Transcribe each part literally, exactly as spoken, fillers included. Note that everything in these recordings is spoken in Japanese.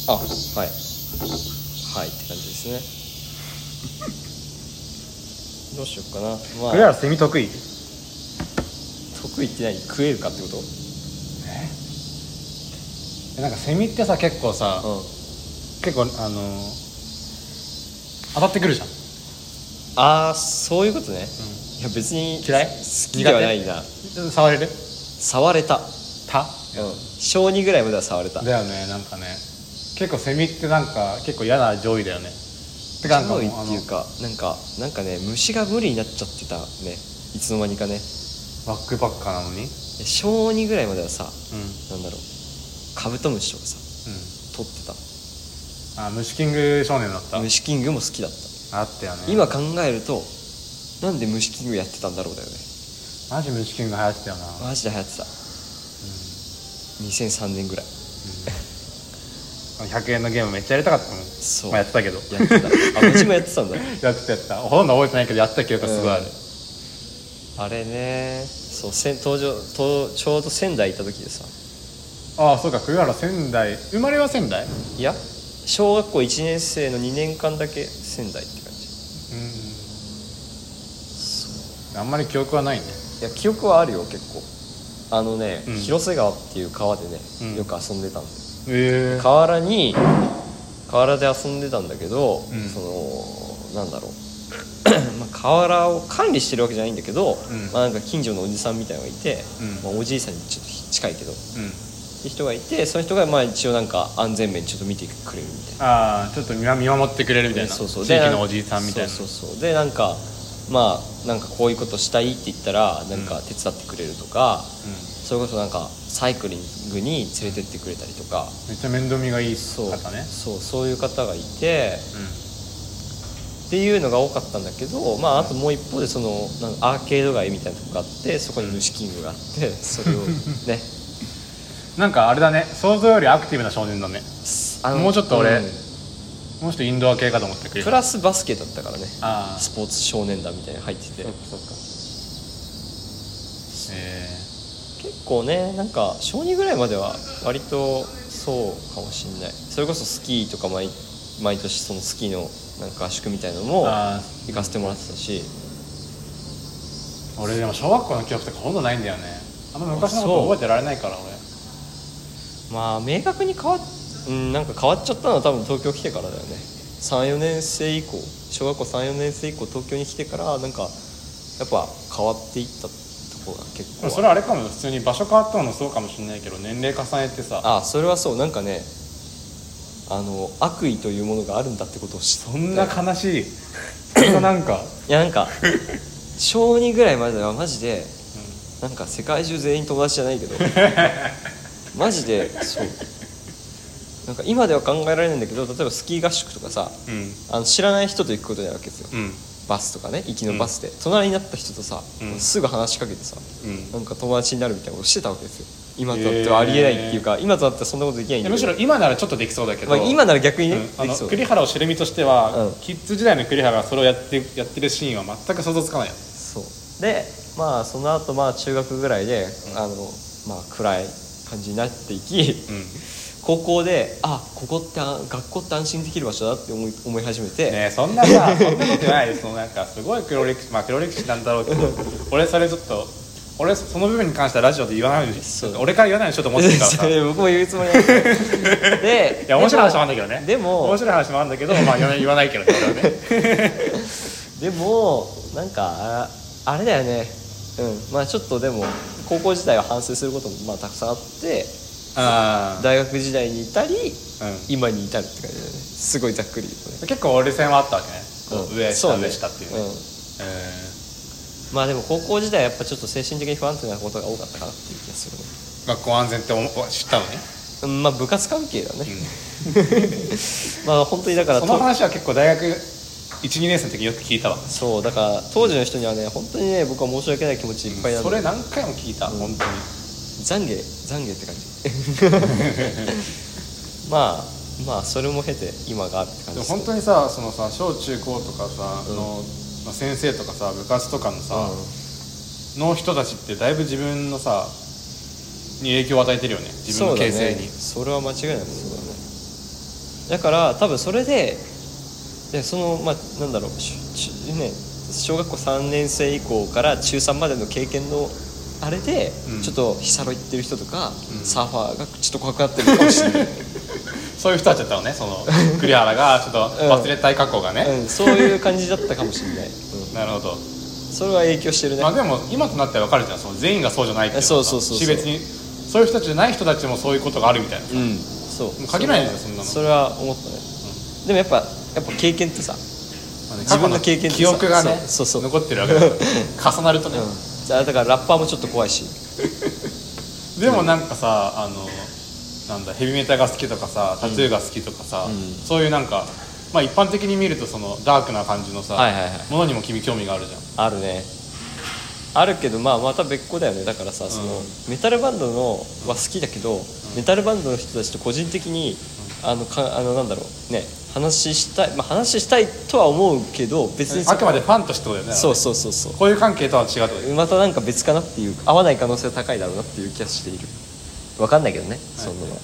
あ、はいはいって感じですね。どうしようかな。まあ栗原セミ得意？ 得意って何？食えるかってこと？ えなんかセミってさ結構さ、 うん、 結構あのー、当たってくるじゃん。 ああそういうことね、うん、いや別に嫌い？ 好きではないな。 触れる？ 触れたた？ うん、小にぐらいまでは触れた。 だよね。なんかね結構セミってなんか結構嫌な上位だよね。 上位っていうかなんかなんかね虫が無理になっちゃってたね、いつの間にかね。 バックパッカーなのに小にぐらいまではさ、 うん、 なんだろうカブトムシとかさ、うん、取ってた。 あ、虫キング少年だった。 虫キングも好きだった。 あったよね。 今考えるとなんで虫キングやってたんだろうだよね。 マジ虫キング流行ってたよな。 マジで流行ってた、うん、にせんさんねんぐらい、 うん、ひゃくえんのゲームめっちゃやりたかったもん。そう、まあ、やってたけどやってたあ、うちもやってたんだやってたやってた、ほとんど覚えてないけどやってた記憶がすごいある、 うん、あれね。そう登場とちょうど仙台行った時でさ。 ああそうか、栗原仙台生まれは仙台？ いや小学校いちねん生のにねんかんだけ仙台って感じ。 うん、あんまり記憶はないね。 いや記憶はあるよ結構。あのね、うん、広瀬川っていう川でね、うん、よく遊んでたんだよ、えー、河原に河原で遊んでたんだけど、うん、そのなんだろうまあ河原を管理してるわけじゃないんだけど、うんまあ、なんか近所のおじさんみたいなのがいて、うんまあ、おじいさんにちょっと近いけど、うん、って人がいて、その人がまあ一応なんか安全面ちょっと見てくれるみたいな。 ああちょっと見守ってくれるみたいな、そうそう地域のおじいさんみたいな。 そうそうそうでなんかまあなんかこういうことしたいって言ったらなんか手伝ってくれるとか、うん、それこそなんかサイクリングに連れてってくれたりとか。 めっちゃ面倒見がいい方ね。 そうそうそういう方がいて、うん、っていうのが多かったんだけど、まああともう一方でそのなんかアーケード街みたいなとこがあって、そこに虫キングがあってそれをねなんかあれだね、想像よりアクティブな少年だね。もうちょっと俺、うん、もうちょっとインドア系かと思ってくれる。 プラスバスケだったからね。あスポーツ少年団みたいに入ってて。そっかそっか、えー、結構ねなんか小にぐらいまでは割とそうかもしんない。それこそスキーとか毎, 毎年そのスキーのなんか合宿みたいなのも行かせてもらってたし。 俺でも小学校の記憶とかほとんどないんだよね。あんま昔のこと覚えてられないから俺。 まあ明確に変わっ、うん、なんか変わっちゃったのは多分東京来てからだよね。さん、よねん生以降、小学校さん、よねん生以降東京に来てからなんかやっぱ変わっていったところが結構。 それはあれかも、普通に場所変わったのもそうかもしれないけど、年齢重ねてさ。 あそれはそう、なんかねあの悪意というものがあるんだってことを知った。 そんな悲しいそんななんかいやなんか小にぐらいまではマジで、うん、なんか世界中全員友達じゃないけどマジでそうなんか今では考えられないんだけど、例えばスキー合宿とかさ、うん、あの知らない人と行くことになるわけですよ、うん、バスとかね、行きのバスで、うん、隣になった人とさ、うん、すぐ話しかけてさ、うん、なんか友達になるみたいなことしてたわけですよ。今となってはありえないっていうか、えー、今となってはそんなことできないんだけど、 むしろ今ならちょっとできそうだけど、 まあ、今なら逆にね、うん、 あの栗原を知る身としては、うん、キッズ時代の栗原がそれをやって、やってるシーンは全く想像つかないよ。 そうでまあその後まあ中学ぐらいで、うん、あのまあ暗い感じになっていき、うん、高校であここって学校って安心できる場所だって思い、思い始めて、 ね、そんなさそんなことないですなんかすごい黒歴史、まあ黒歴史なんだろうけど俺それちょっと俺その部分に関してはラジオで言わないように俺から言わないようにしようと思ってるからさ僕も言うつもりないでいや面白い話もあるんだけどね。 でも面白い話もあるんだけど、まあ、言わないけどね俺はねでもなんかあれだよね、うん、まあちょっとでも高校時代は反省することもまあたくさんあって、あ大学時代にいたり、うん、今に至るって感じだよね。すごいざっくり言うとね。 結構折れ線はあったわけね、うん、上下、 ね、 上下っていうね、うん、えー、まあでも高校時代はやっぱちょっと精神的に不安定なことが多かったかなっていう気がするね。 学校安全って知ったのね、 うん、まあ部活関係だね、うん、まあ本当にだからその話は結構大学いち、にねん生の時よく聞いたわ。 そうだから当時の人にはね本当にね僕は申し訳ない気持ちいっぱいなんで、 うん、それ何回も聞いた、うん、本当に懺悔懺悔って感じまあまあそれも経て今があるって感じです、ね、 でも本当にさそのさ小中高とかさ、うん、の先生とかさ部活とかのさ、うん、の人たちってだいぶ自分のさに影響を与えてるよね、自分の形成に。 そ, ね、それは間違いないですよね。 だから多分それででそのまあなんだろうししね小学校さんねん生以降から中さんまでの経験のあれで、うん、ちょっとヒサロ行ってる人とか、うん、サーファーがちょっと怖くなってるかもしれないそういう人たちだったのね、その栗原がちょっと忘れたい過去がね、 うんうん、そういう感じだったかもしれない、うん、 なるほど、 それは影響してるね。 まあでも今となっては分かるじゃん、その全員がそうじゃないっていうのは、 そうそうそうそう、 別にそういう人たちじゃない人たちもそういうことがあるみたいな、うん、 そう限らないんだよそんなの。 それは思ったね、うん、でもやっぱやっぱ経験ってさ、自分の経験ってさ記憶がねそうそうそう残ってるわけだから重なるとね、うん、 じゃあだからラッパーもちょっと怖いしでもなんかさ、あのなんだヘビメタが好きとかさ、タトゥーが好きとかさ、うん、そういうなんか、まあ、一般的に見るとそのダークな感じのさ、はいはいはい、ものにも君興味があるじゃん。 あるね、あるけど、まあ、また別個だよね。だからさ、うん、そのメタルバンドのは好きだけど、うん、メタルバンドの人たちと個人的に、うん、あのかあのなんだろうね、話したい、まあ、話したいとは思うけど別にあくまでファンとしてだよね。 そうそうそうそう、 こういう関係とは違うとまたなんか別かなっていう、合わない可能性は高いだろうなっていう気がしている。分かんないけどね、はい、そんなのは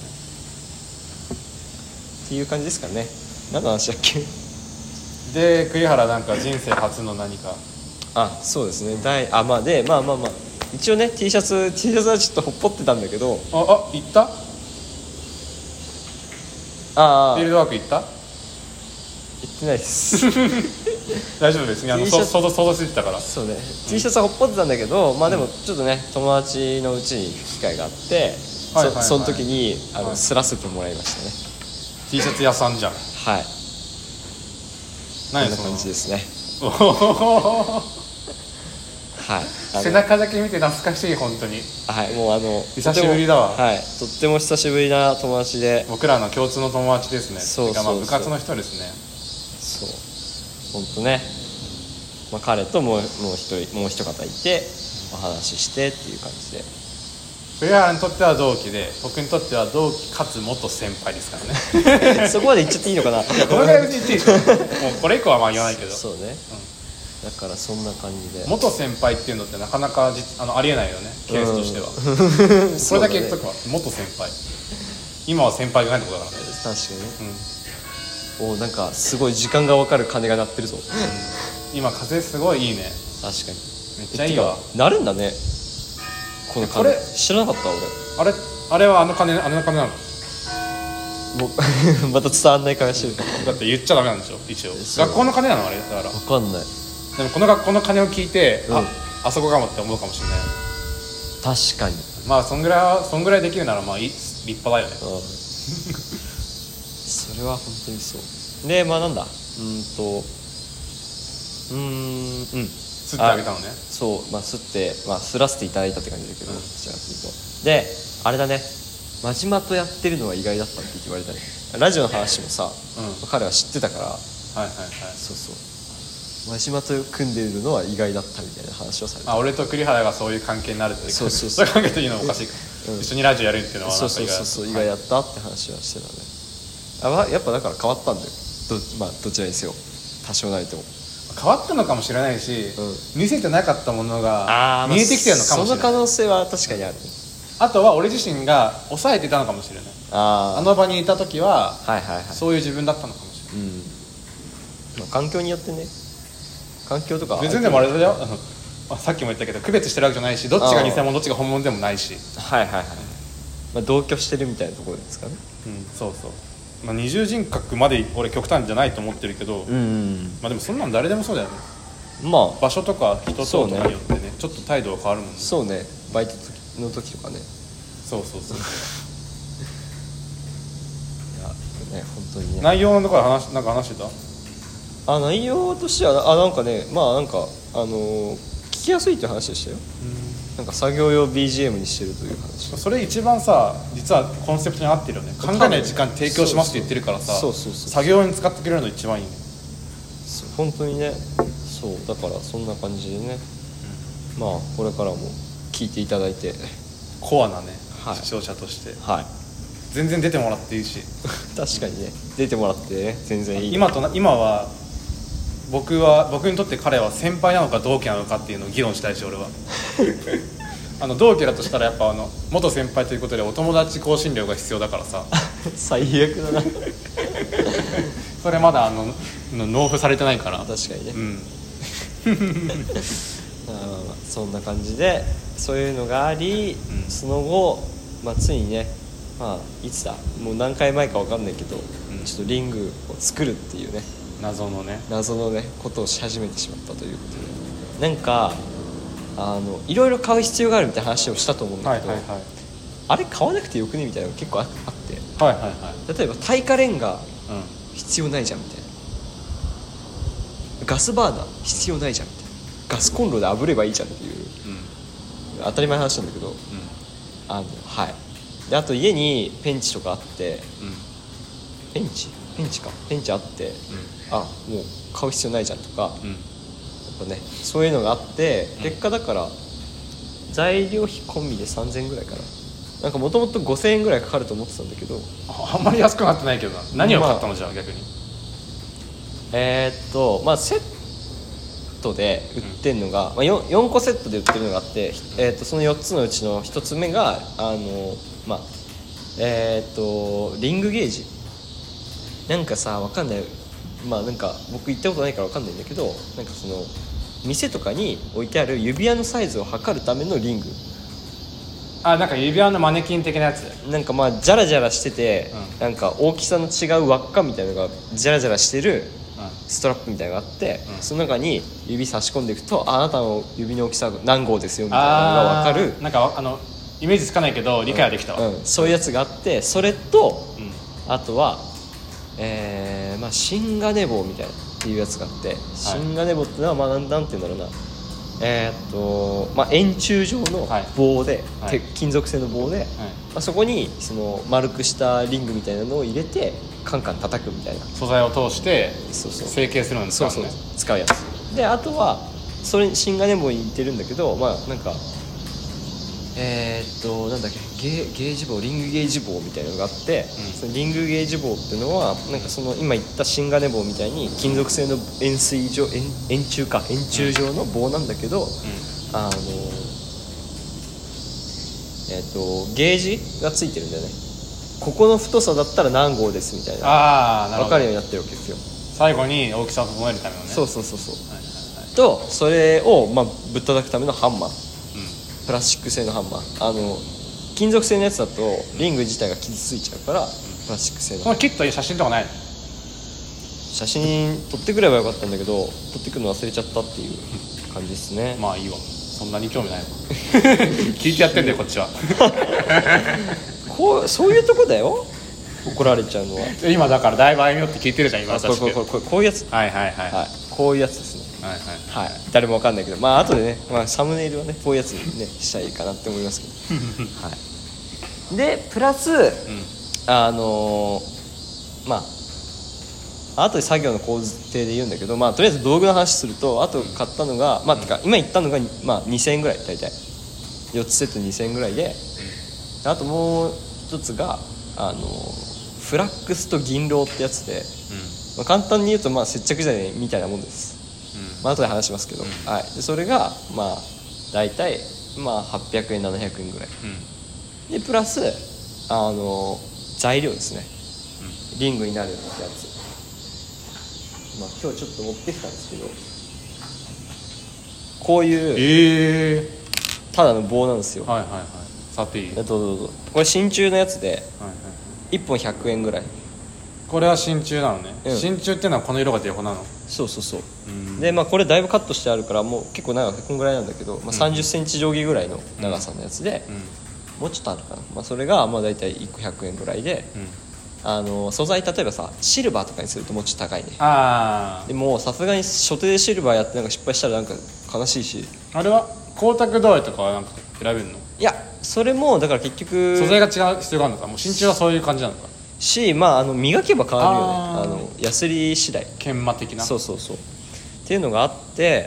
っていう感じですかね。何の話だっけで、栗原なんか人生初の何か、 あ、そうですね、大あまあでまあまあまあ一応ね T シャツ T シャツはちょっとほっぽってたんだけど、 ああ行ったああフィールドワーク行った？ 行ってないです大丈夫ですね、あの想像想像してたから。 そうね、うん、T シャツはほっぽってたんだけど、まあでもちょっとね友達のうちに行く機会があって、はいはいはい、そ, その時にあの、はい、すらせてもらいましたね。 T シャツ屋さんじゃん。 はい、 何こんな感じですねはい、 背中だけ見て懐かしい、本当に。 はい、もうあの久しぶりだわ。 はい、とっても久しぶりな友達で、 僕らの共通の友達ですね。 そうそうそう、 まあ部活の人ですね。 そう本当ね、まあ、彼ともうもう一人もう一方いてお話ししてっていう感じで、 栗原にとっては同期で、僕にとっては同期かつ元先輩ですからねそこまで言っちゃっていいのかな。 このぐらい別に言っていいでしょもうこれ以降はまあ言わないけど。 そうね、うん、だからそんな感じで元先輩っていうのってなかなか実あのありえないよね、ケースとしては、うん、これだけ言っとくわ、ね、元先輩、今は先輩じゃないってことだからね。 確かに、うん、おなんかすごい時間が分かる鐘が鳴ってるぞ、 うん、今風すごいいいね。 確かにめっちゃいいわ。 鳴るんだねこの鐘。これ知らなかった俺。あれあれはあの鐘、あの鐘なの？ もうまた伝わんない顔してるだって言っちゃダメなんでしょ一応。学校の鐘なのあれだから。 分かんない。 でもこの学校の鐘を聞いて、うん、ああそこかもって思うかもしれない。 確かに。 まあそんぐらいそんぐらいできるならまあ立派だよね、うん、 それは本当にそうで、まあなんだうんとうーんうんすってあげたのね。 そう、まあ、すって、まあ、すらせていただいたって感じだけど、うん、じゃあであれだね、真島とやってるのは意外だったって言われたね。ラジオの話もさ、うん、彼は知ってたから、はいはいはい、そうそう、真島と組んでいるのは意外だったみたいな話をされて、 あ、俺と栗原がそういう関係になるっていう、そうそうそう、そういう関係というのはおかしいか、うん、一緒にラジオやるっていうのはなんか意外だった。そうそうそう、意外だったって話はしてたね。あ、やっぱだから変わったんだよ、ど、まあ、どちらにせよ多少なりとも変わったのかもしれないし、うん、見せてなかったものが見えてきてるのかもしれない、まあ、その可能性は確かにある、ね、 あとは俺自身が抑えていたのかもしれない。 あ, あの場にいた時は、はいはいはい、そういう自分だったのかもしれない、うん、 まあ、環境によってね、環境とか別にでもあれだよさっきも言ったけど区別してるわけじゃないし、どっちが偽物どっちが本物でもないし、 はいはいはい、まあ、同居してるみたいなところですかね。 うん、そうそう、まあ、二重人格まで俺極端じゃないと思ってるけど、うんうん、まあ、でもそんなん誰でもそうだよね。まあ場所とか人ととかによって ね, ねちょっと態度が変わるもんね。 そうね、バイトの時とかね。 そうそうそういやね、本当にね、 内容のところで話なんか話してた。 あ、内容としてはあなんかね、まあなんかあのー、聞きやすいっていう話でしたよ。うん、なんか作業用 ビージーエム にしてるという話。 それ一番さ、実はコンセプトに合ってるよね。考えない時間提供しますって言ってるからさ、そうそうそう、作業用に使ってくれるの一番いいね。 そう本当にね、そうだからそんな感じでね、うん、まあこれからも聞いていただいて、 コアなね、はい、視聴者として、はい、全然出てもらっていいし確かにね、出てもらって、ね、全然いい。 今とな今は僕は僕にとって彼は先輩なのか同期なのかっていうのを議論したいし、俺はあの同期だとしたらやっぱあの元先輩ということでお友達更新料が必要だからさ最悪だなそれまだあの納付されてないから確かにね、 うん、 まあまあまあそんな感じでそういうのがあり、うん、その後、まあ、ついにね、まあ、いつだもう何回前か分かんないけど、うん、ちょっとリングを作るっていうね謎のね謎のねことをし始めてしまったということで、なんかあのいろいろ買う必要があるみたいな話をしたと思うんだけど、はいはいはい、あれ買わなくてよくねみたいなのが結構あって、はいはいはい、例えば耐火レンガ必要ないじゃんみたいな、ガスバーナー必要ないじゃんみたいな、ガスコンロで炙ればいいじゃんっていう、うん、当たり前の話なんだけど、うん、あのはいであと家にペンチとかあって、うん、ペンチペンチかペンチあって、うん、あもう買う必要ないじゃんとか、うん、やっぱねそういうのがあって、うん、結果だから材料費込みでさんぜんえんぐらいかな、なんかもともとごせんえんぐらいかかると思ってたんだけど、 あ, あんまり安くなってないけどな。何を買ったの、まあ、じゃあ逆にえー、っとまあセットで売ってるのが、うんまあ、4, よんこセットで売ってるのがあって、えー、っとそのよっつのうちのひとつめがあのまあえー、っとリングゲージ、なんかさわかんない、まあなんか僕行ったことないからわかんないんだけど、なんかその店とかに置いてある指輪のサイズを測るためのリング、 あなんか指輪のマネキン的なやつ、 なんかまあジャラジャラしてて、うん、なんか大きさの違う輪っかみたいなのがジャラジャラしてるストラップみたいなのがあって、うん、その中に指差し込んでいくと あ, あなたの指の大きさ何号ですよみたいなのが分かる、 なんかあのイメージつかないけど理解はできたわ、 うんうん、そういうやつがあって、それと、うん、あとはえーまあ、新金棒みたいなっていうやつがあって、はい、新金棒ってのはまあなんなんていうんだろうな、えーっとまあ、円柱状の棒で、はい、金属製の棒で、はいまあ、そこにその丸くしたリングみたいなのを入れてカンカン叩くみたいな、 素材を通して成形するのに使うね、 そうそう使うやつで、あとはそれ新金棒に似てるんだけど、まあなんかえー、っとなんだっけ ゲ, ゲージ棒リングゲージ棒みたいなのがあって、うん、そのリングゲージ棒っていうのはなんかその今言った新金棒みたいに金属製の円錐状 円, 円柱か円柱状の棒なんだけど、うん、あのえー、っとゲージがついてるんだよね。ここの太さだったら何号ですみたいな、あなるほど分かるようになってるわけですよ。 最後に大きさを整えるためのね。 そうそうそうそう、はいはいはい、とそれを、まあ、ぶったたくためのハンマー、うん、プラスチック製のハンマー、あの金属製のやつだとリング自体が傷ついちゃうから、うん、プラスチック製の。 このキットに写真とかないの？ 写真撮ってくればよかったんだけど撮ってくるの忘れちゃったっていう感じですね。 まあいいわ、そんなに興味ないわ聞いてやってんだよこっちはこうそういうとこだよ怒られちゃうのは今だからだいぶ歩み寄って聞いてるじゃん今。 これこれこれこれこういうやつ、 はいはいはい、はい、 こういうやつですね、はいはいはい、誰もわかんないけど、まあ後でね、まあ、サムネイルはねこういうやつにねしたらいいかなって思いますけど、はい、でプラス、うん、あのー、まあ後で作業の工程で言うんだけど、まあとりあえず道具の話すると、あと買ったのが、うん、まあてか今言ったのが、まあ、にせんえんぐらい、大体よっつセットにせんえんぐらいで、うん、あともう一つがあのフラックスと銀ロウってやつで、うんまあ、簡単に言うとまあ接着剤みたいなもんです、うんまあ後で話しますけど、うんはい、でそれがまあ大体まあはっぴゃくえんななひゃくえんぐらい、うん、でプラスあの材料ですね、うん、リングになるやつ、まあ、今日ちょっと持ってきたんですけど、こういう、 えー、 ただの棒なんですよ。 はいはいはい、触っていい？ どうぞどうぞ。これ真鍮のやつで、はいはい、いっぽんひゃくえんぐらい。 これは真鍮なのね、うん、真鍮っていうのはこの色がデフォなの？ そうそうそう。うでまあこれだいぶカットしてあるからもう結構長くこんぐらいなんだけど、まあ、さんじゅっセンチ上下ぐらいの長さのやつで、うんうん、もうちょっとあるかな、まあ、それがまあ大体いっこひゃくえんぐらいで、うんあの素材例えばさシルバーとかにするともうちょっと高いね。あでもさすがに初手でシルバーやってなんか失敗したらなんか悲しいし、 あれは光沢度合いとかはなんか選べるの？ いやそれもだから結局素材が違う必要があるのか、もう真鍮はそういう感じなのかし、まあ、あの磨けば変わるよね、ああのヤスリ次第研磨的な、 そうそうそうっていうのがあって、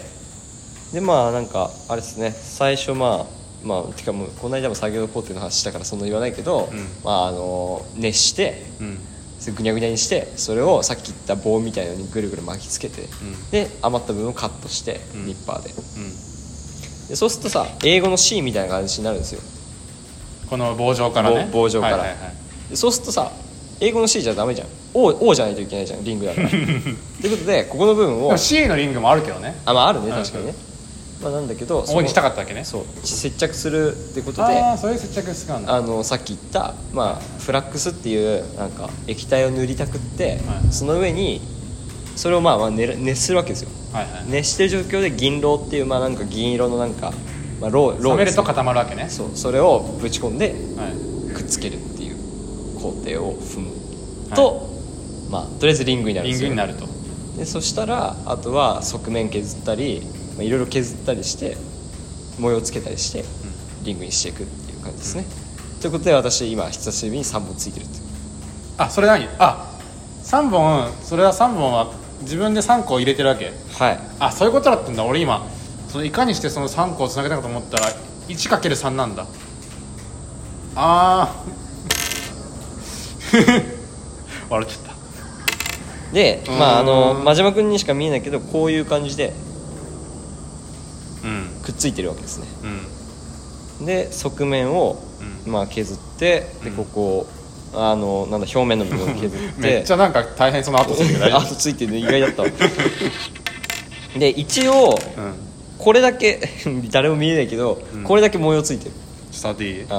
でまあなんかあれですね、最初まあまあ、てかもうこの間も作業工程の話したからそんな言わないけど、うんまあ、あの熱して、うん、ぐにゃぐにゃにしてそれをさっき言った棒みたいなのにぐるぐる巻きつけて、うん、で余った部分をカットして、うん、ニッパーで、 でそうするとさ英語の C みたいな感じになるんですよ、 この棒状からね、 棒状から、 はいはいはい、 でそうするとさ英語の C じゃダメじゃん O, O じゃないといけないじゃんリングだからということでここの部分をでも C のリングもあるけどね、 あまああるね確かにね、うんうん、まあ、なんだけど O にしたかったわけね。 そう接着するってことで、 ああそういう接着質なんだ。 あのさっき言った、まあ、フラックスっていうなんか液体を塗りたくって、はい、その上にそれをまあまあ 熱, 熱するわけですよ、はいはい、熱してる状況で銀ろうっていう、まあ、なんか銀色のなんか、まあ、ロー冷めると固まるわけね。 そうそれをぶち込んでくっつけるっていう工程を踏むと、はい、まあ、とりあえずリングになるんですよ。 リングになると。 でそしたらあとは側面削ったりいろいろ削ったりして模様つけたりして、うん、リングにしていくっていう感じですね、うん、ということで私今人差し指にさんぼんついてるっていう。 あそれ何あさんぼん、それはさんぼんは自分でさんこ入れてるわけ。 はい。 あそういうことだったんだ。俺今そのいかにしてそのさんこをつなげたかと思ったら いちかけるさん なんだ。あー笑っちゃった。 でまああの真島君にしか見えないけどこういう感じでくっついてるわけですね、うん、で側面を、うん、まあ削って、でここあのなんだ表面の部分を削ってめっちゃなんか大変その後ついてる後ついてるの意外だったわで一応、うん、これだけ誰も見えないけど、うん、これだけ模様ついてる。 触っていい？うん、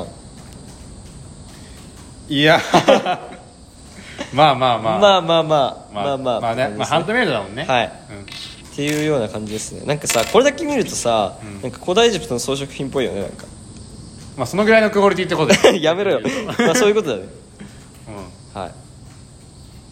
いやまあまあまあまあまあまあまあまあまあね、まあハンドメイドだもんね。 はい、うん、っていうような感じですね。なんかさこれだけ見るとさ、うん、なんか古代エジプトの装飾品っぽいよね。なんかまあそのぐらいのクオリティってことでやめろよまあそういうことだね、うん、はい、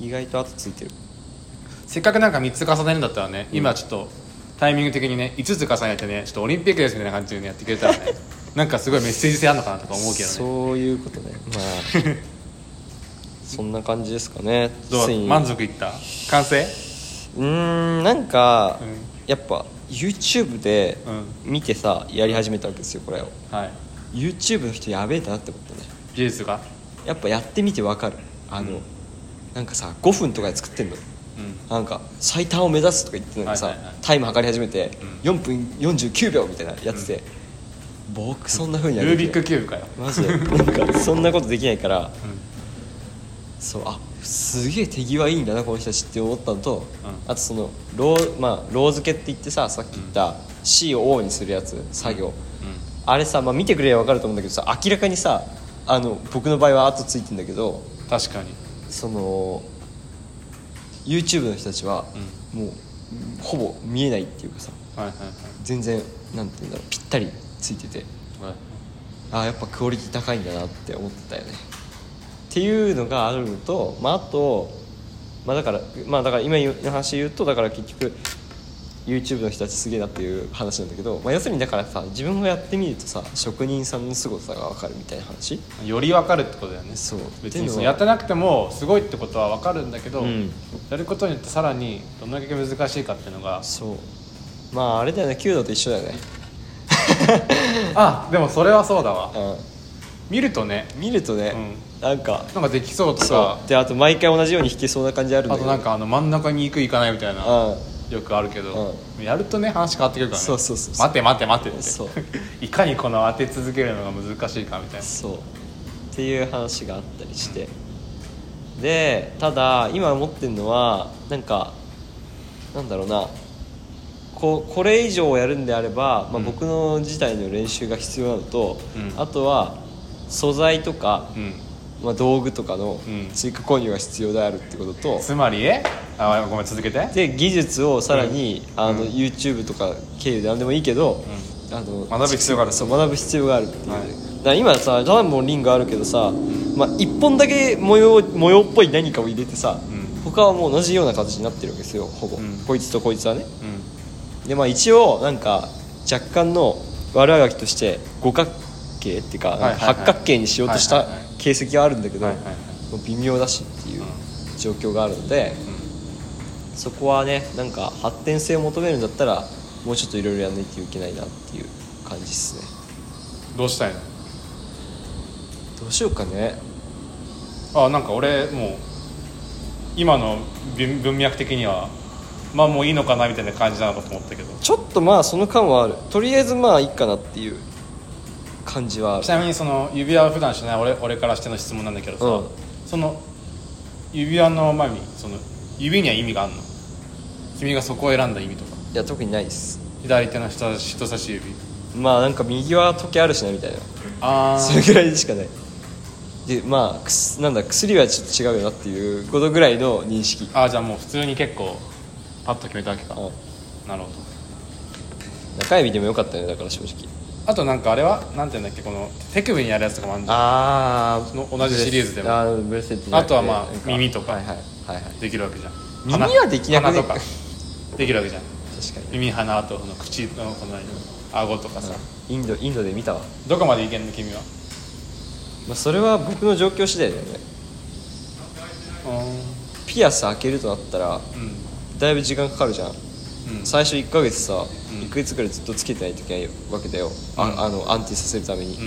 意外と後ついてる。 せっかくなんかみっつ重ねるんだったらね、うん、今ちょっとタイミング的にねいつつ重ねてねちょっとオリンピックですみたいな感じで、ね、やってくれたらねなんかすごいメッセージ性あるのかなとか思うけどね。 そういうことね。まあそんな感じですかね。 どう満足いった？完成？ うーんなんか、うん、やっぱ YouTube で見てさ、うん、やり始めたわけですよこれを、はい、YouTube の人やべえなって思ったね。 技術がやっぱやってみて分かる。あの、うん、なんかさごふんとかで作ってんの、うん、なんか最短を目指すとか言ってなんかさ、はいはいはい、タイム測り始めて、うん、よんぷんよんじゅうきゅうびょうみたいなやつで、うん、僕そんな風にやるルービックキューブかよマジでなんかそんなことできないから、うん、そうあすげえ手際いいんだなこの人たちって思ったのと、うん、あとそのロー、まあ、ロー付けって言ってささっき言った C を O にするやつ作業、うんうん、あれさ、まあ、見てくれれば分かると思うんだけどさ明らかにさあの僕の場合は後ついてんだけど確かにその YouTube の人たちはもうほぼ見えないっていうかさ、はいはいはい、全然なんていうんだろうぴったりついてて、はい、あやっぱクオリティ高いんだなって思ってたよねっていうのがあるのと、まあ、あと、まあ、だから、まあ、だから今の話言うとだから結局 YouTube の人たちすげえなっていう話なんだけど、まあ、要するにだからさ自分がやってみるとさ職人さんの凄さが分かるみたいな話より分かるってことだよね。 そう別にそのやってなくてもすごいってことは分かるんだけど、うん、やることによってさらにどんだけ難しいかっていうのがそうまああれだよね弓道と一緒だよねあでもそれはそうだわ、うん、見るとね見るとね、うん、なんかなんかできそうとかであと毎回同じように弾けそうな感じあるんだけどあとなんかあの真ん中に行く行かないみたいな、うんよくあるけど、うん、やるとね話変わってくるからね。 そうそうそうそう待て待て待てってそういかにこの当て続けるのが難しいかみたいなそうっていう話があったりして、うん、でただ今思ってるのはなんかなんだろうな こ, これ以上やるんであれば、まあ、僕の自体の練習が必要なのと、うん、あとは素材とか、うんまあ、道具とかの追加購入が必要であるってことと、 うん、つまりあごめん続けてで技術をさらに、うん、あの YouTube とか経由で何でもいいけど、うん、あの学ぶ必要があるそう学ぶ必要があるっていう、はい、だから今さ何本リングあるけどさ、まあ、いっぽんだけ模様、模様っぽい何かを入れてさ、うん、他はもう同じような形になってるわけですよほぼ、うん、こいつとこいつはね、うん、でまあ一応なんか若干の悪あがきとして五角形っていうか、はいはいはい、八角形にしようとした形跡はあるんだけど、はいはいはい、もう微妙だしっていう状況があるので、うん、そこはねなんか発展性を求めるんだったらもうちょっといろいろやらないといけないなっていう感じですね。 どうしたいの？ どうしようかね。 あなんか俺もう今の文脈的にはまあもういいのかなみたいな感じなのかと思ったけど、 ちょっとまあその感はある。とりあえずまあいいかなっていう感じはある。 ちなみにその指輪は普段しない 俺, 俺からしての質問なんだけどさ、 うん、 その指輪の前にその指には意味があるの？君がそこを選んだ意味とか。 いや特にないです。 左手の 人, 人差し指、 まあなんか右は時計あるしなみたいな、 あそれぐらいでしかない。でまあくすなんだ薬はちょっと違うよなっていうことぐらいの認識。 ああ、じゃあもう普通に結構パッと決めたわけか。 ああ、 なるほど。 中指でもよかったね、だから正直。 あとなんかあれはなんていうんだっけ、この手首にやるやつとかもあるんじゃん。 ああ、 同じシリーズでも。 あブレスレットじゃなくて、 あとはまあ耳とか、 はいはいはいはい、 できるわけじゃん。 耳はできなくね。 鼻とかできるわけじゃん。 確かに。 耳、鼻、あとこの口のこの顎とかさ、 インドインドで見たわ。 どこまでいけんの君は？ まあ、それは僕の状況次第だよね。ピアス開けるとなったら、うん、だいぶ時間かかるじゃん、うん、最初いっかげつさ、うん、いっかげつくらいずっとつけてないといけないわけだよ、うん、あ, あの安定させるために、うん、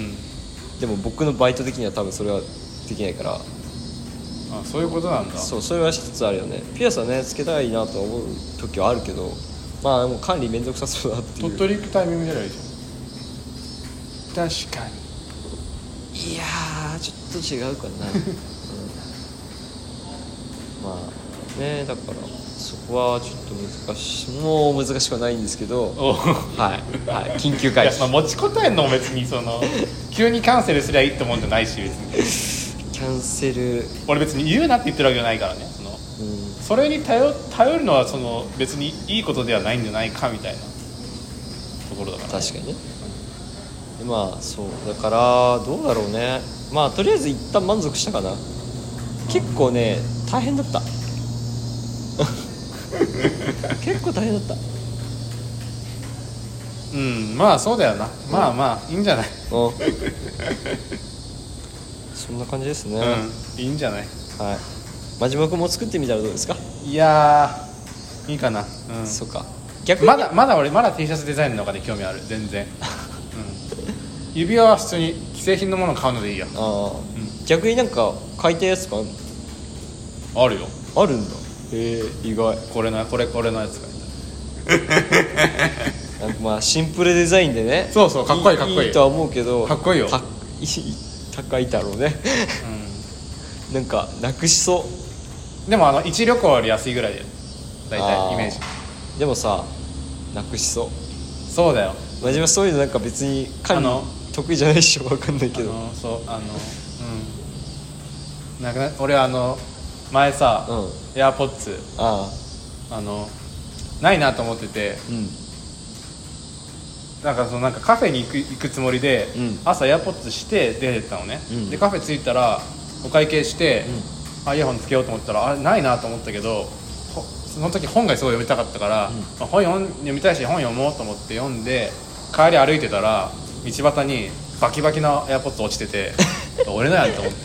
でも僕のバイト的には多分それはできないから。 あ、そういうことなんだ。 そう、それは一つあるよね。ピアスはねつけたいなと思う時はあるけど、まあもう管理めんどくさそうだっていう。 鳥取行くタイミングじゃないじゃん。確かに。 いやーちょっと違うかな、うん、まあね、だからそこはちょっと難しい、もう難しくはないんですけど、はい、はい、緊急回避。 いや、持ちこたえんのも別にその急にキャンセルすりゃいいってもんじゃないし、別にキャンセル、 俺別に言うなって言ってるわけじゃないからね。その、うん、それに 頼, 頼るのはその別にいいことではないんじゃないかみたいなところだから、ね、 確かにね。まあそうだからどうだろうね。まあとりあえず一旦満足したかな。結構ね大変だった結構大変だった。 うん、まあそうだよな、うん、まあまあいいんじゃない。 そんな感じですね。 うん、いいんじゃない。 はい。真島君も作ってみたらどうですか？ いやーいいかな、うん、 そうか。逆にまだまだ俺まだ T シャツデザインの中で興味ある、全然。指輪は普通に既製品のものを買うのでいいや。あ、 うん、逆になんか買いたいやつかあるよ。 あるんだ。へえ、意外。 これのこれこれのやつ買いたい。 なんかまあシンプルデザインでね。 そうそう、かっこいいかっこいい。 いいとは思うけど。 かっこいいよ。 た高いだろうね。うん、なんかなくしそう。 でもあのいち旅行より安いぐらいで大体イメージ。でもさなくしそう。 そうだよ。 真島そういうのなんか別に管理得意じゃないっしょ、分かんないけど。 あのそうあのうんなんか、ね、俺あの前さ、うん、エアポッツあああのないなと思ってて、うん、なんかそのなんかカフェに行く行くつもりで、うん、朝エアポッツして出てったのね、うん、でカフェ着いたらお会計して、うん、あイヤホンつけようと思ったらあれないなと思ったけど、その時本がすごい読みたかったから、うんまあ、本読, 読みたいし本読もうと思って読んで帰り歩いてたら道端にバキバキのエアポッツ落ちてて俺のやんと思って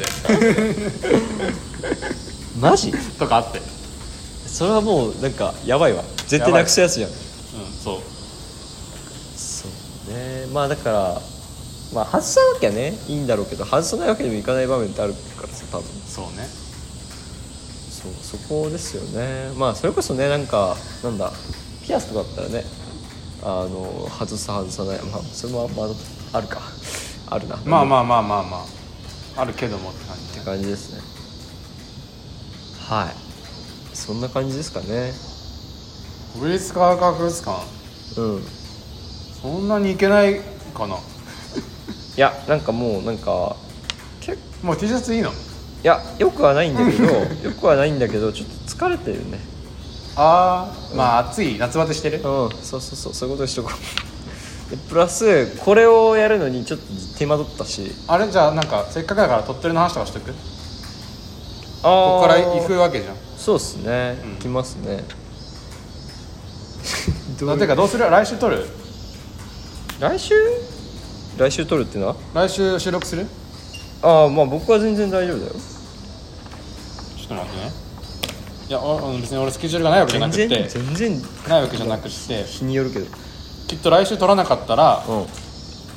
マジとかあって、 それはもうなんかやばいわ、絶対なくすやつじゃん。うん、 そうそうね。まあだからまあ外さなきゃねいいんだろうけど、外さないわけにもいかない場面ってあるからさ、多分。 そうね。 そう、そこですよね。まあそれこそね、なんかなんだピアスとかだったらね、あの外す外さない、まあそれもまああるかあるな。 まあまあまあまあまああるけどもって感じ、ね、 って感じですね。はい、そんな感じですかね。 国立科学博物館、うん、そんなに行けないかな。いやなんかもうなんか結構もう T シャツいいの？ いやよくはないんだけどよくはないんだけどちょっと疲れてるね。 ああ、うん、まあ暑い夏バテしてる。うん、 そうそうそう、そういうことにしとこう。でプラスこれをやるのにちょっと手間取ったし。 あれじゃあなんかせっかくだから鳥取の話とかしとく？あここから行くわけじゃん。 そうっすね、うん、行きますね。 どうてかどうする？来週撮る？ 来週？来週撮るってのは？ 来週収録する？ ああまあ僕は全然大丈夫だよ。 ちょっと待ってね。いや別に俺スケジュールがないわけじゃなくて、 全然全然ないわけじゃなくて日によるけど、 きっと来週撮らなかったら、うん、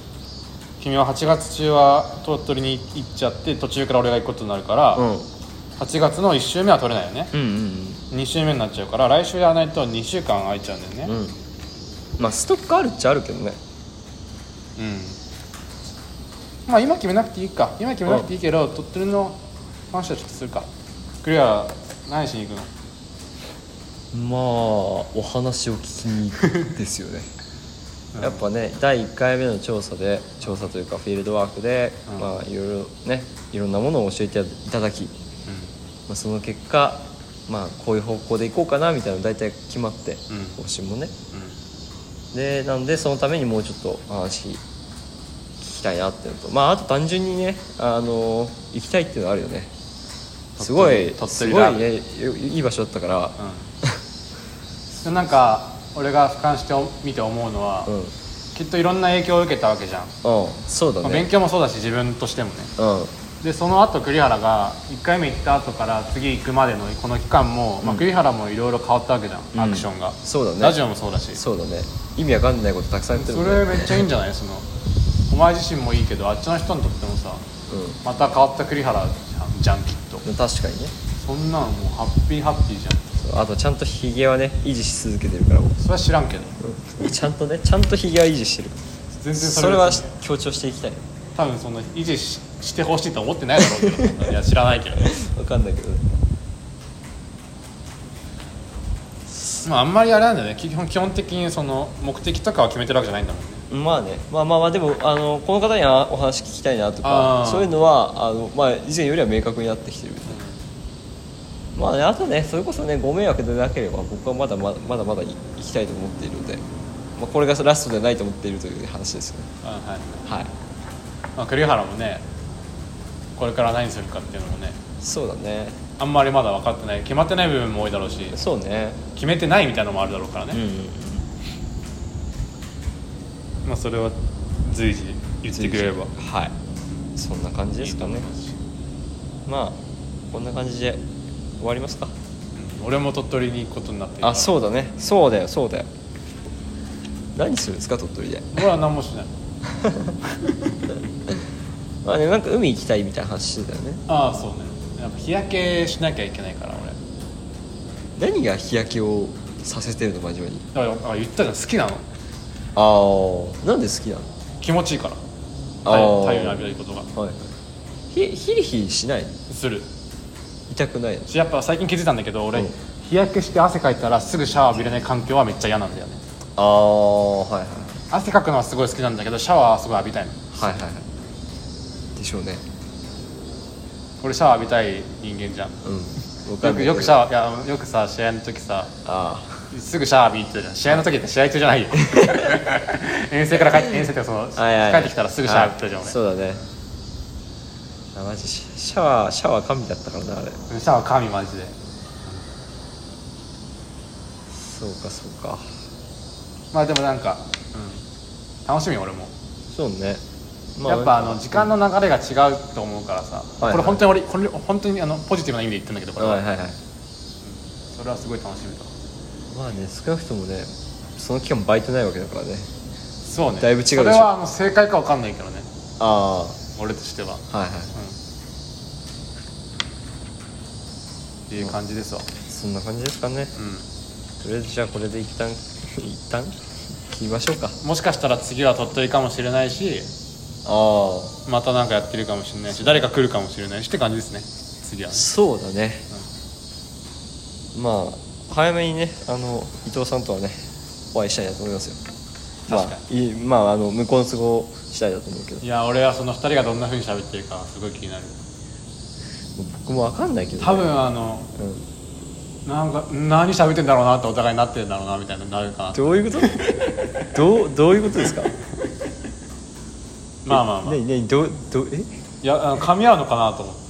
君ははちがつ中は鳥取に行っちゃって途中から俺が行くことになるから、うん、 はちがつのいっ週目は取れないよね、 うんうんうん、 に週目になっちゃうから来週やらないとにしゅうかん空いちゃうんだよね、 うん、まあストックあるっちゃあるけどね。 うんまあ今決めなくていいか今決めなくていいけど、うん、鳥取の話はちょっとするか。クリア何しに行くの？ まあお話を聞きに行くですよね、うん、やっぱねだいいっかいめの調査で調査というかフィールドワークで、うん、まあいろいろねいろんなものを教えていただき、うんまあ、その結果まあこういう方向で行こうかなみたいなの大体決まって、うん、方針もね、うん、でなんでそのためにもうちょっと話聞きたいなっていうのと、まああと単純にねあの行きたいっていうのはあるよね。すごいすごいねいい場所だったから、 うん、なんか俺が俯瞰して見て思うのは、うん、きっといろんな影響を受けたわけじゃん、うん、 そうだね、 まあ、勉強もそうだし自分としてもね、うん、でその後栗原がいっかいめ行った後から次行くまでのこの期間も、うんまあ、栗原もいろいろ変わったわけじゃん、うん、アクションが、 そうだね、 ラジオもそうだし、 そうだね、意味わかんないことたくさんやってるもんね。 それめっちゃいいんじゃないそのお前自身もいいけどあっちの人にとってもさ、うん、また変わった栗原じゃんきっと。 確かにね、 そんなのもうハッピーハッピーじゃん。あとちゃんとヒゲはね維持し続けてるからそれは知らんけど、 うん、ちゃんとねちゃんとヒゲは維持してる。全然それ、それは強調していきたい。 多分その維持 し, してほしいと思ってないだろうけどいや知らないけど分かんないけど、 まああんまりあれなんだよね基本、基本的にその目的とかは決めてるわけじゃないんだもんね。 まあね、まあまあまあでもあのこの方にはお話聞きたいなとかそういうのはあの、まあ、以前よりは明確になってきてる、うん、まあねあとねそれこそねご迷惑でなければ僕はまだまだまだまだ行きたいと思っているので、まあ、これがラストではないと思っているという話ですよね。 あはい、 はい、 まあ、栗原もねこれから何するかっていうのもねそうだねあんまりまだ分かってない決まってない部分も多いだろうしそうね決めてないみたいなのもあるだろうからね、うんうんうんまあ、それは随時言ってくれればはいそんな感じですかね。いいまあこんな感じで終わりますか、 うん、俺も鳥取に行くことになってるから。 あそうだねそうだよそうだよ。何するんですか鳥取で。 俺は何もしないまあねなんか海行きたいみたいな話してたよね。 ああそうねやっぱ日焼けしなきゃいけないから俺。何が日焼けをさせてるの真面目に。 だからあ言ったじゃん好きなの。 ああなんで好きなの。 気持ちいいから太陽に浴びることが、はい、 ひヒリヒリしない。 する。 痛くないの。 やっぱ最近気づいたんだけど俺、うん、日焼けして汗かいたらすぐシャワー浴びれない環境はめっちゃ嫌なんだよね。 ああはいはい。 汗かくのはすごい好きなんだけどシャワーはすごい浴びたいの。 はいはいはいでしょうね。 俺シャワー浴びたい人間じゃん、うん、よくよくシャワーいやよくさ試合の時さあすぐシャワー浴びに行ってたじゃん。試合の時って試合中じゃないよ遠征から帰って遠征ってその帰ってきたらすぐシャワー浴びたじゃん俺。 そうだねあマジシャワーシャワー神だったからなあれ。シャワー神マジで。 そうかそうか。 まあでもなんか、うん、楽しみ俺も。そうね、 まあ、やっぱあの時間の流れが違うと思うからさ、はいはい、これ本当に俺これ本当にあのポジティブな意味で言ってるんだけどこれは、はいはいはい、うん、それはすごい楽しみだ。 まあね少なくともねその期間バイトないわけだからね。 そうねだいぶ違うでしょ。 それはあの正解か分かんないけどね。 ああ俺としてははいはい、うん、っていう感じですわ。 そんな感じですかね。うんとりあえずじゃあこれで一旦一旦切りましょうか。 もしかしたら次は鳥取かもしれないしあまた何かやってるかもしれないし誰か来るかもしれないしって感じですね次はね。 そうだね、うん、まあ早めにねあの伊藤さんとはねお会いしたいなと思いますよ。確かに、まあ、まああの向こうの都合次第だと思うけど。 いや俺はそのふたりがどんな風に喋ってるかすごい気になる。 僕も分かんないけど、ね、 多分あの、うん、なんか何喋ってんだろうなってお互いになってるんだろうなみたいななるかな。 どういうことどうどういうことですかまあまあまあねねどどえいやあの噛み合うのかなと思って。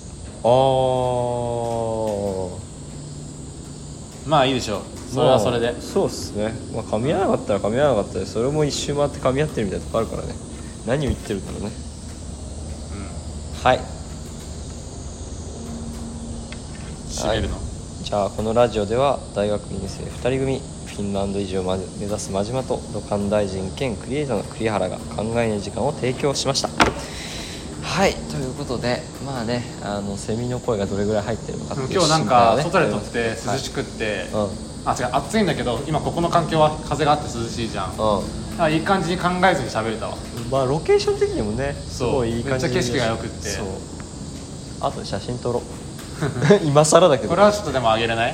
ああまあいいでしょうそれはそれで、まあ、 そうっすね、まあ、噛み合わなかったら噛み合わなかったでそれも一周回って噛み合ってるみたいなとこあるからね。何を言ってるんだろうね、うん、はい締めるの、はい、 じゃあこのラジオでは大学にねん生ふたり組フィンランド移住を目指す真島と土管大臣兼クリエイターの栗原が考えない時間を提供しました。ははいということでまあねあのセミの声がどれぐらい入ってるのかっていう今日なんか外で撮ってはい涼しくって、 うんあ違う暑いんだけど今ここの環境は風があって涼しいじゃん、 うんあいい感じに考えずに喋れたわ。 まあロケーション的にもねすごいいい感じめっちゃ景色が良くってそうあとで写真撮ろう今更だけどこれはちょっとでもあげれない？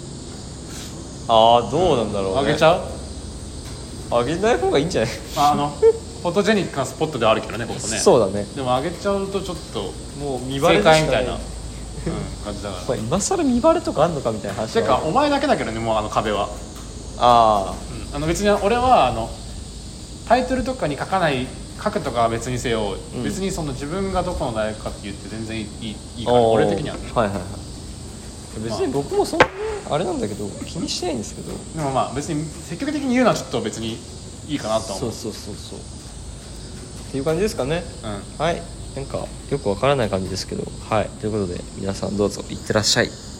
ああどうなんだろうね、 あげちゃう？ あげない方がいいんじゃない？ ああのフォトジェニックなスポットではあるけどねここね。 そうだね。 でもあげちゃうとちょっともう見バレ正解みたいな、うん、感じだから。 まあ今更見バレとかあんのかみたいな話てかお前だけだけどねもうあの壁は。 ああ、 うん、あの別に俺はあのタイトルとかに書かない書くとかは別にせよ、うん、別にその自分がどこの大学かって言って全然いいいいから俺的にはね。 はいはいはい。別に僕もそんなあれなんだけど気にしないんですけど。 でもまあ別に積極的に言うのはちょっと別にいいかなと思う。 そうそうそうそう。っていう感じですかね。 うん。 はい。なんかよくわからない感じですけど、はい。ということで皆さんどうぞいってらっしゃい。